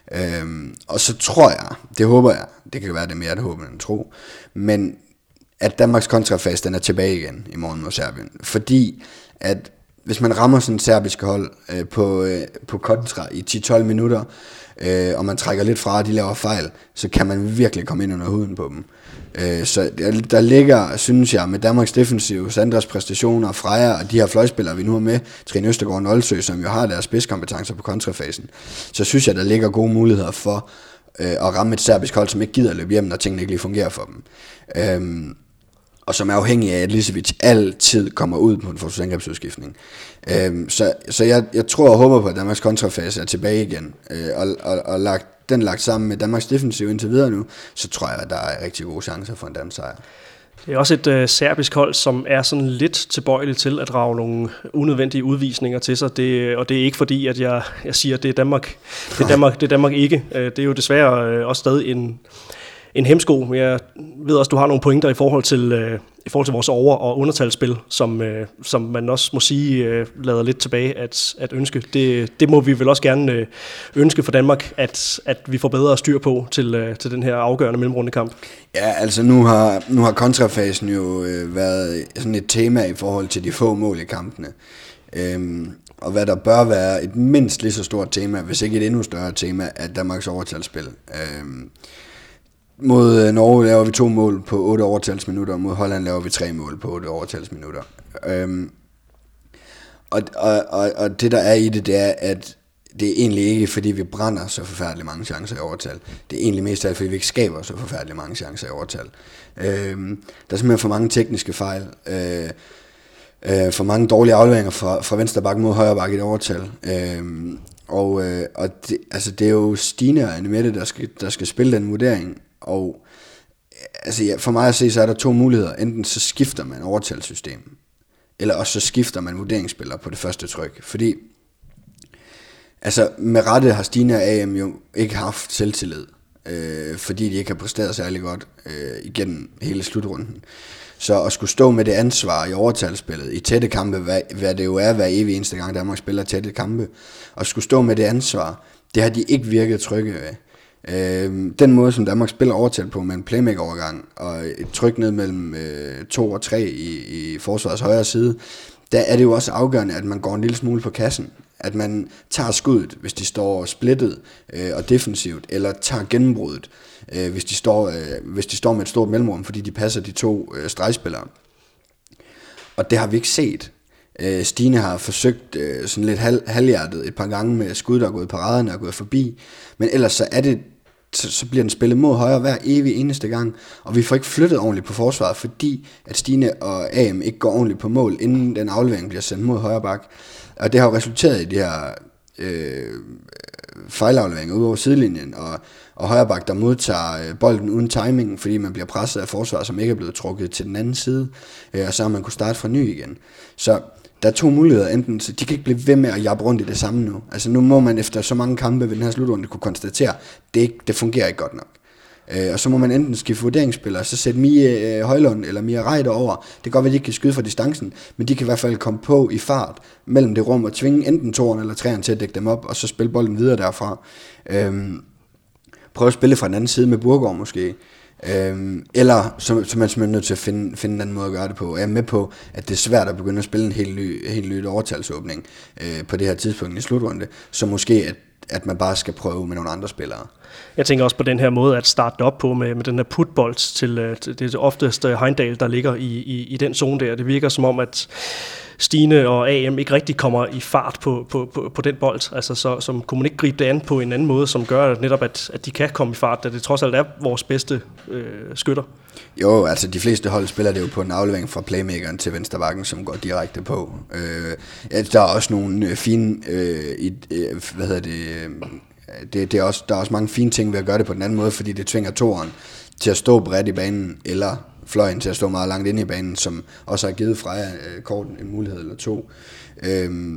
Og så tror jeg, det håber jeg, det kan være det mere, det håber end tro, men at Danmarks kontrafase, den er tilbage igen i morgen mod Serbien. Fordi at hvis man rammer sådan en serbisk hold øh, på, øh, på kontra i ti til tolv minutter, øh, og man trækker lidt fra, og de laver fejl, så kan man virkelig komme ind under huden på dem. Øh, så der, der ligger, synes jeg, med Danmarks defensiv, Sandras præstationer, Freja og de her fløjspillere, vi nu har med, Trine Østergaard og Nolsø, som jo har deres spidskompetencer på kontrafasen, så synes jeg, der ligger gode muligheder for øh, at ramme et serbisk hold, som ikke gider løbe hjem, når tingene ikke lige fungerer for dem. Øh, og som er afhængig af, at Lisevic altid kommer ud på en forsvarsangrebsudskiftning. Øhm, så så jeg, jeg tror og håber på, at Danmarks kontrafase er tilbage igen, øh, og, og, og lagt, den lagt sammen med Danmarks defensiv indtil videre nu, så tror jeg, at der er rigtig gode chancer for en dansk sejr. Det er også et øh, serbisk hold, som er sådan lidt tilbøjeligt til at drage nogle unødvendige udvisninger til sig, det, og det er ikke fordi, at jeg, jeg siger, at det er Danmark, det er Danmark, det er Danmark ikke. Det er jo desværre øh, også stadig en... en hemsko, men jeg ved også, du har nogle pointer i forhold til, øh, i forhold til vores over- og undertalsspil, som, øh, som man også må sige øh, lader lidt tilbage at, at ønske. Det, det må vi vel også gerne øh, ønske for Danmark, at, at vi får bedre styr på til, øh, til den her afgørende mellemrundekamp. Ja, altså nu har, nu har kontrafasen jo øh, været sådan et tema i forhold til de få mål i kampene. Øhm, og hvad der bør være et mindst lige så stort tema, hvis ikke et endnu større tema, er Danmarks overtalsspil. Øhm, Mod Norge laver vi to mål på otte overtalsminutter, og mod Holland laver vi tre mål på otte overtalsminutter. Øhm, og, og, og, og det der er i det, det er, at det er egentlig ikke, fordi vi brænder så forfærdeligt mange chancer i overtal. Det er egentlig mest af, fordi vi ikke skaber så forfærdeligt mange chancer i overtal. Øhm, der er simpelthen for mange tekniske fejl. Øh, øh, for mange dårlige afleveringer fra, fra venstre bakke mod højre bakke i et overtal. Øhm, og øh, og det, altså, det er jo Stine og Annemette, der skal, der skal spille den vurdering. Og altså, ja, for mig at se, så er der to muligheder. Enten så skifter man overtalssystem, eller også så skifter man vurderingsspiller på det første tryk. Fordi altså, med rette har Stine og A M jo ikke haft selvtillid, øh, fordi de ikke har præsteret særlig godt øh, igennem hele slutrunden. Så at skulle stå med det ansvar i overtalsspillet, i tætte kampe, hvad, hvad det jo er hver evig eneste gang Danmark spiller tætte kampe, og skulle stå med det ansvar, det har de ikke virket trygge ved. Øh, den måde, som Danmark spiller overtal på med en playmaker-overgang og et tryk ned mellem øh, to og tre i, i forsvarets højre side, der er det jo også afgørende, at man går en lille smule på kassen. At man tager skuddet, hvis de står splittet øh, og defensivt, eller tager gennembruddet, øh, hvis, de står, øh, hvis de står med et stort mellemrum, fordi de passer de to øh, stregspillere. Og det har vi ikke set. Øh, Stine har forsøgt øh, sådan lidt halv, halvhjertet et par gange med skud, der er gået paraderne og gået forbi, men ellers så er det så, så bliver den spillet mod højre hver evig eneste gang, og vi får ikke flyttet ordentligt på forsvaret, fordi at Stine og A M ikke går ordentligt på mål, inden den aflevering bliver sendt mod højre bak. Og det har jo resulteret i de her øh, fejlafleveringer ud over sidelinjen, og, og højre bak, der modtager bolden uden timing, fordi man bliver presset af forsvaret, som ikke er blevet trukket til den anden side, øh, og så har man kunne starte fra ny igen. Så der er to muligheder, enten så de kan ikke blive ved med at jappe rundt i det samme nu. Altså nu må man efter så mange kampe ved den her slutrunde kunne konstatere, det, ikke, det fungerer ikke godt nok. Øh, og så må man enten skifte vurderingsspillere, så sætte Mie øh, Højlund eller Mia Reiter over. Det kan godt være, at de ikke kan skyde fra distancen, men de kan i hvert fald komme på i fart mellem det rum og tvinge enten toeren eller treeren til at dække dem op, og så spille bolden videre derfra. Øh, prøve at spille fra den anden side med Burgård måske. Øhm, eller så, så man er nødt til at finde, finde en anden måde at gøre det på. Jeg er med på, at det er svært at begynde at spille en helt ny, helt ny overtalsåbning øh, på det her tidspunkt i slutrunde, så måske at, at man bare skal prøve med nogle andre spillere. Jeg tænker også på den her måde at starte op på med, med den her putbold til, til det oftest Heindal, der ligger i, i, i den zone der. Det virker som om, at Stine og A M ikke rigtig kommer i fart på, på, på, på den bold, altså så som kunne man ikke gribe det an på en anden måde, som gør netop, at, at de kan komme i fart, da det trods alt er vores bedste øh, skytter. Jo, altså de fleste hold spiller det jo på en aflevering fra playmakeren til venstrebacken, som går direkte på. Øh, ja, der er også nogle øh, fine, øh, i, øh, hvad hedder det, øh, det, det er også, der er også mange fine ting ved at gøre det på den anden måde, fordi det tvinger toeren til at stå bredt i banen, eller fløjen til at stå meget langt inde i banen, som også har givet Freja øh, kort en mulighed eller to. Øh,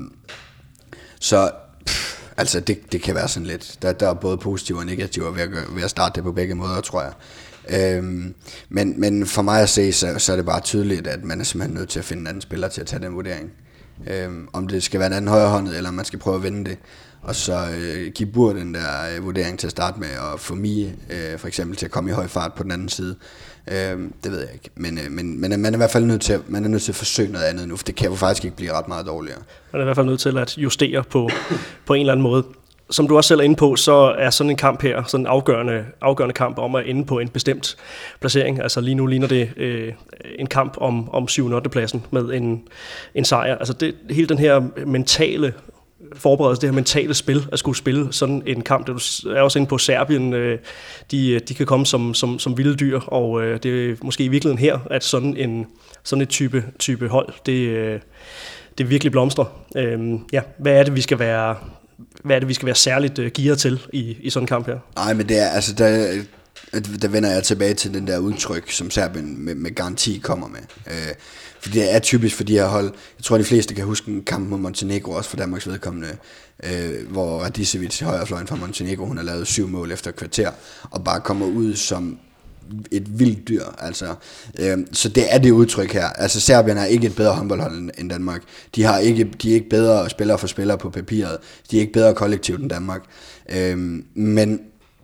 så pff, altså det, det kan være sådan lidt, der, der er både positive og negative ved at, gøre, ved at starte det på begge måder, tror jeg. Øhm, men, men for mig at se, så, så er det bare tydeligt, at man er simpelthen nødt til at finde en anden spiller til at tage den vurdering. Øhm, om det skal være en anden højrehåndet, eller om man skal prøve at vende det, og så øh, give Bur den der øh, vurdering til at starte med, og få Mie øh, for eksempel til at komme i høj fart på den anden side. Øhm, det ved jeg ikke, men, øh, men, men man er i hvert fald nødt til, man er nødt til at forsøge noget andet nu, for det kan jo faktisk ikke blive ret meget dårligere. Man er i hvert fald nødt til at justere på, på en eller anden måde. Som du også selv er inde på, så er sådan en kamp her, sådan en afgørende, afgørende kamp om at ende på en bestemt placering. Altså lige nu ligner det øh, en kamp om, om syvende og ottende pladsen med en, en sejr. Altså det, hele den her mentale forberedelse, det her mentale spil, at skulle spille sådan en kamp. Du er også inde på Serbien, øh, de, de kan komme som, som, som vilde dyr, og øh, det er måske i virkeligheden her, at sådan en sådan et type, type hold, det, øh, det virkelig blomstrer. Øh, ja, hvad er det, vi skal være... Hvad er det, vi skal være særligt uh, gearet til i, i sådan en kamp her? Nej, men det er, altså, der, der vender jeg tilbage til den der udtryk, som Serbien med, med garanti kommer med. Øh, fordi det er typisk for de her hold. Jeg tror, de fleste kan huske en kamp mod Montenegro, også for Danmarks vedkommende, øh, hvor Radicevic i højrefløjen fra Montenegro, hun har lavet syv mål efter et kvarter, og bare kommer ud som et vildt dyr, altså. Øh, så det er det udtryk her. Altså Serbien er ikke et bedre håndboldhold end Danmark. De har ikke, de er ikke bedre spillere for spillere på papiret. De er ikke bedre kollektivt end Danmark. Øh, men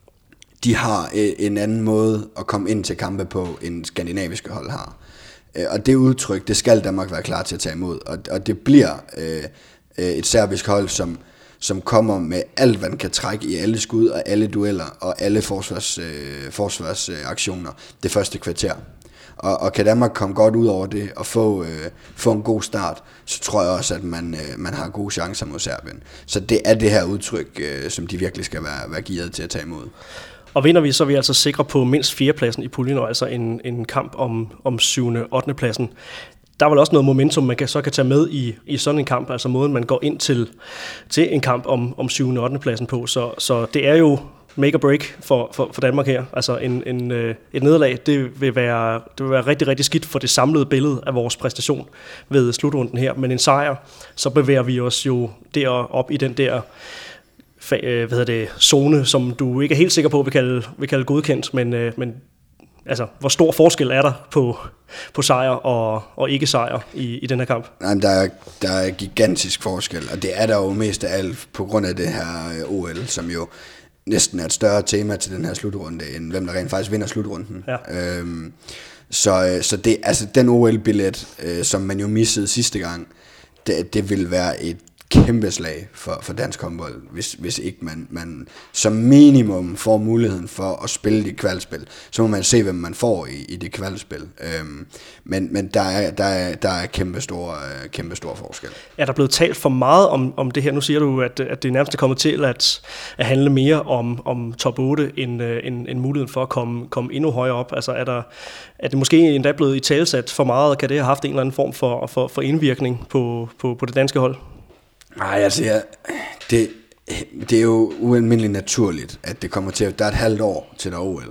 de har en anden måde at komme ind til kampe på, end skandinaviske hold har. Øh, og det udtryk, det skal Danmark være klar til at tage imod. Og, og det bliver øh, et serbisk hold, som som kommer med alt, hvad den kan trække i alle skud og alle dueller og alle forsvars, øh, forsvarsaktioner det første kvarter. Og, og kan Danmark komme godt ud over det og få, øh, få en god start, så tror jeg også, at man, øh, man har gode chancer mod Serbien. Så det er det her udtryk, øh, som de virkelig skal være, være gearet til at tage imod. Og vinder vi, så er vi altså sikre på mindst fjerdepladsen i puljen, og altså en, en kamp om, om syvende og ottende pladsen. Der er vel også noget momentum, man kan, så kan tage med i, i sådan en kamp, altså måden, man går ind til, til en kamp om, om syvende og ottende pladsen på. Så, så det er jo make or break for, for, for Danmark her. Altså en, en, et nederlag, det vil, være, det vil være rigtig, rigtig skidt for det samlede billede af vores præstation ved slutrunden her. Men en sejr, så bevæger vi os jo derop i den der hvad hedder det, zone, som du ikke er helt sikker på, vi kalde, vi kalde godkendt, men, men altså, hvor stor forskel er der på, på sejr og, og ikke sejr i, i den her kamp? Nej, der er, der er gigantisk forskel, og det er der jo mest af alt på grund af det her O L, som jo næsten er et større tema til den her slutrunde, end hvem der rent faktisk vinder slutrunden. Ja. Øhm, så så det, altså, den O L-billet, øh, som man jo missede sidste gang, det, det vil være et kæmpe slag for, for dansk håndbold, hvis, hvis ikke man, man som minimum får muligheden for at spille det kvalspil. Så må man se, hvem man får i, i det kvalspil. Øhm, men men der, er, der, er, der er kæmpe stor, kæmpe stor forskel. Er der blevet talt for meget om, om det her? Nu siger du, at, at det nærmest er kommet til at, at handle mere om, om top otte, end, end, end muligheden for at komme, komme endnu højere op. Altså er, der, er det måske endda blevet i talsat for meget? Kan det have haft en eller anden form for, for, for indvirkning på, på, på det danske hold? Nej, altså, ja, det, det er jo ualmindeligt naturligt, at det kommer til at... Der er et halvt år til der O L.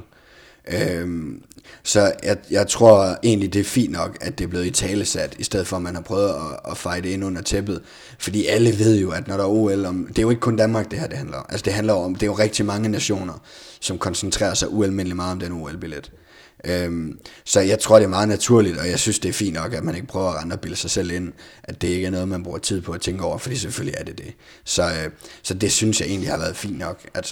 Øhm, så jeg, jeg tror egentlig, det er fint nok, at det er blevet i talesat, i stedet for, at man har prøvet at, at fejde ind under tæppet. Fordi alle ved jo, at når der er O L... Om, det er jo ikke kun Danmark, det her det handler om. Altså, det handler om... Det er jo rigtig mange nationer, som koncentrerer sig ualmindeligt meget om den O L-billet. Øhm, så jeg tror, det er meget naturligt, og jeg synes, det er fint nok, at man ikke prøver at rende og bilde sig selv ind, at det ikke er noget, man bruger tid på at tænke over, fordi selvfølgelig er det det. Så, øh, så det synes jeg egentlig har været fint nok. Altså.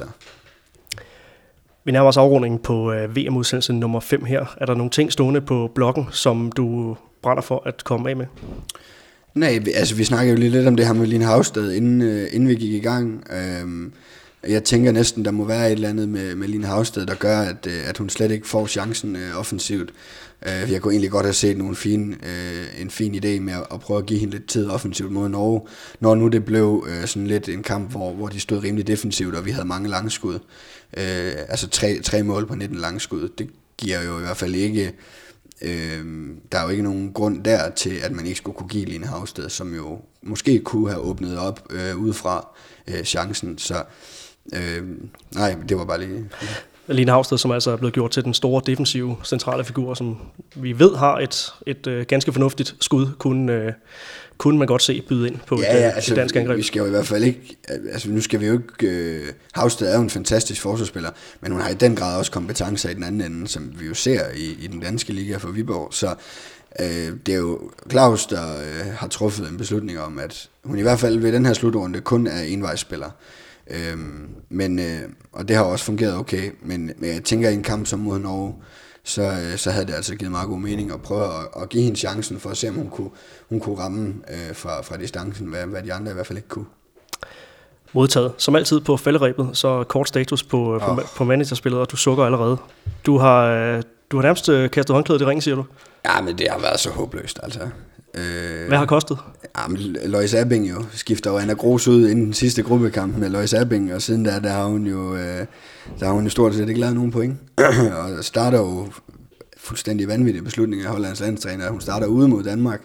Vi nærmer os afrundingen på øh, V M-udsendelse nummer fem her. Er der nogle ting stående på bloggen, som du brænder for at komme af med? Nej, altså vi snakkede jo lige lidt om det her med Line Havsted, inden, øh, inden vi gik i gang. Øhm, Jeg tænker næsten, der må være et eller andet med, med Line Havsted, der gør, at, at hun slet ikke får chancen øh, offensivt. Øh, jeg kunne egentlig godt have set nogle fine, øh, en fin idé med at, at prøve at give hende lidt tid offensivt mod Norge, når nu det blev øh, sådan lidt en kamp, hvor, hvor de stod rimelig defensivt, og vi havde mange langskud. Øh, altså tre, tre mål på nitten langskud. Det giver jo i hvert fald ikke... Øh, der er jo ikke nogen grund der til, at man ikke skulle kunne give Line Havsted, som jo måske kunne have åbnet op øh, udefra øh, chancen. Så øh, nej, det var bare lige... Line Havsted, som altså er blevet gjort til den store defensive centrale figur, som vi ved har et, et øh, ganske fornuftigt skud, kunne, øh, kunne man godt se byde ind på ja, et, ja, et altså, dansk angreb. Vi skal jo i hvert fald ikke, altså nu skal vi jo ikke, øh, Havsted er jo en fantastisk forsvarsspiller, men hun har i den grad også kompetencer i den anden ende, som vi jo ser i, i den danske liga for Viborg, så øh, det er jo Claus, der øh, har truffet en beslutning om, at hun i hvert fald ved den her slutrunde kun er envejsspiller. Øhm, men, øh, og det har også fungeret okay, men, men jeg tænker i en kamp som mod Norge, så, øh, så havde det altså givet meget god mening at prøve at, at give hende chancen for at se, om hun kunne, hun kunne ramme øh, fra, fra distancen, hvad, hvad de andre i hvert fald ikke kunne. Modtaget. Som altid på falderæbet, så kort status på, oh. på, på managerspillet, og du sukker allerede. Du har, du har nærmest kastet håndklædet i ringen, siger du? Ja, men det har været så håbløst, altså. Øh, Hvad har kostet? Ja, men Lois Abing jo skifter jo Anna Gros ud inden den sidste gruppekamp med Lois Abing, og siden der, der har hun jo, øh, der har hun jo stort set ikke lavet nogen point. Og starter jo fuldstændig vanvittige beslutninger af Hollands landstræner, hun starter ude mod Danmark.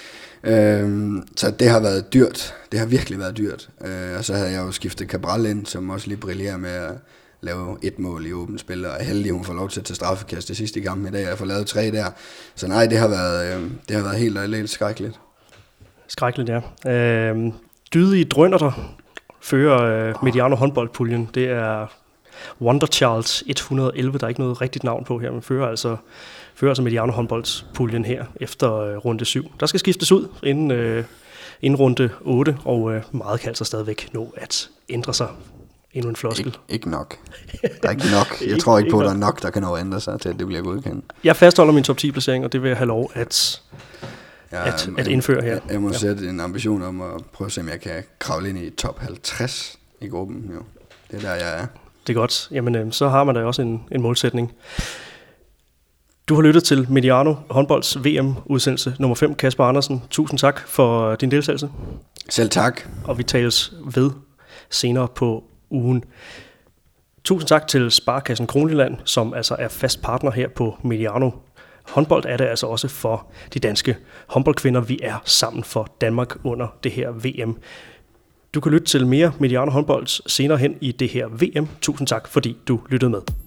Øh, så det har været dyrt. Det har virkelig været dyrt. Øh, og så havde jeg jo skiftet Cabral ind, som også lige brillerer med at lave et mål i åbent spil, og er heldig, hun får lov til at tage straffekast det sidste gang i dag, jeg får lavet tre der. Så nej, det har været, øh, det har været helt og helt skrækkeligt. Skrækkeligt, ja. Øh, dydige drønner der fører øh, Mediano håndboldpuljen. Det er Wonder Charles et hundrede og elleve, der er ikke noget rigtigt navn på her, men fører altså, fører altså Mediano håndboldpuljen her efter øh, runde syv. Der skal skiftes ud inden, øh, inden runde otte, og øh, meget kan altså stadigvæk nå at ændre sig. Endnu en floskel. Ik- ikke nok. Der er ikke nok. Jeg tror ikke på, at der er nok, der kan nå at ændre sig til, at det bliver godkendt. Jeg fastholder min top ti placering, og det vil jeg have lov at, ja, at, at indføre her. Jeg, jeg må ja. sætte en ambition om at prøve at se, om jeg kan kravle ind i top halvtreds i gruppen. Jo. Det er der, jeg er. Det er godt. Jamen, øh, så har man da også en, en målsætning. Du har lyttet til Mediano håndbolds V M-udsendelse nummer fem. Kasper Andersen, tusind tak for din deltagelse. Selv tak. Og vi tales ved senere på ugen. Tusind tak til Sparekassen Kronjylland, som altså er fast partner her på Mediano. Håndbold er det altså også for de danske håndboldkvinder. Vi er sammen for Danmark under det her V M. Du kan lytte til mere Mediano håndbold senere hen i det her V M. Tusind tak, fordi du lyttede med.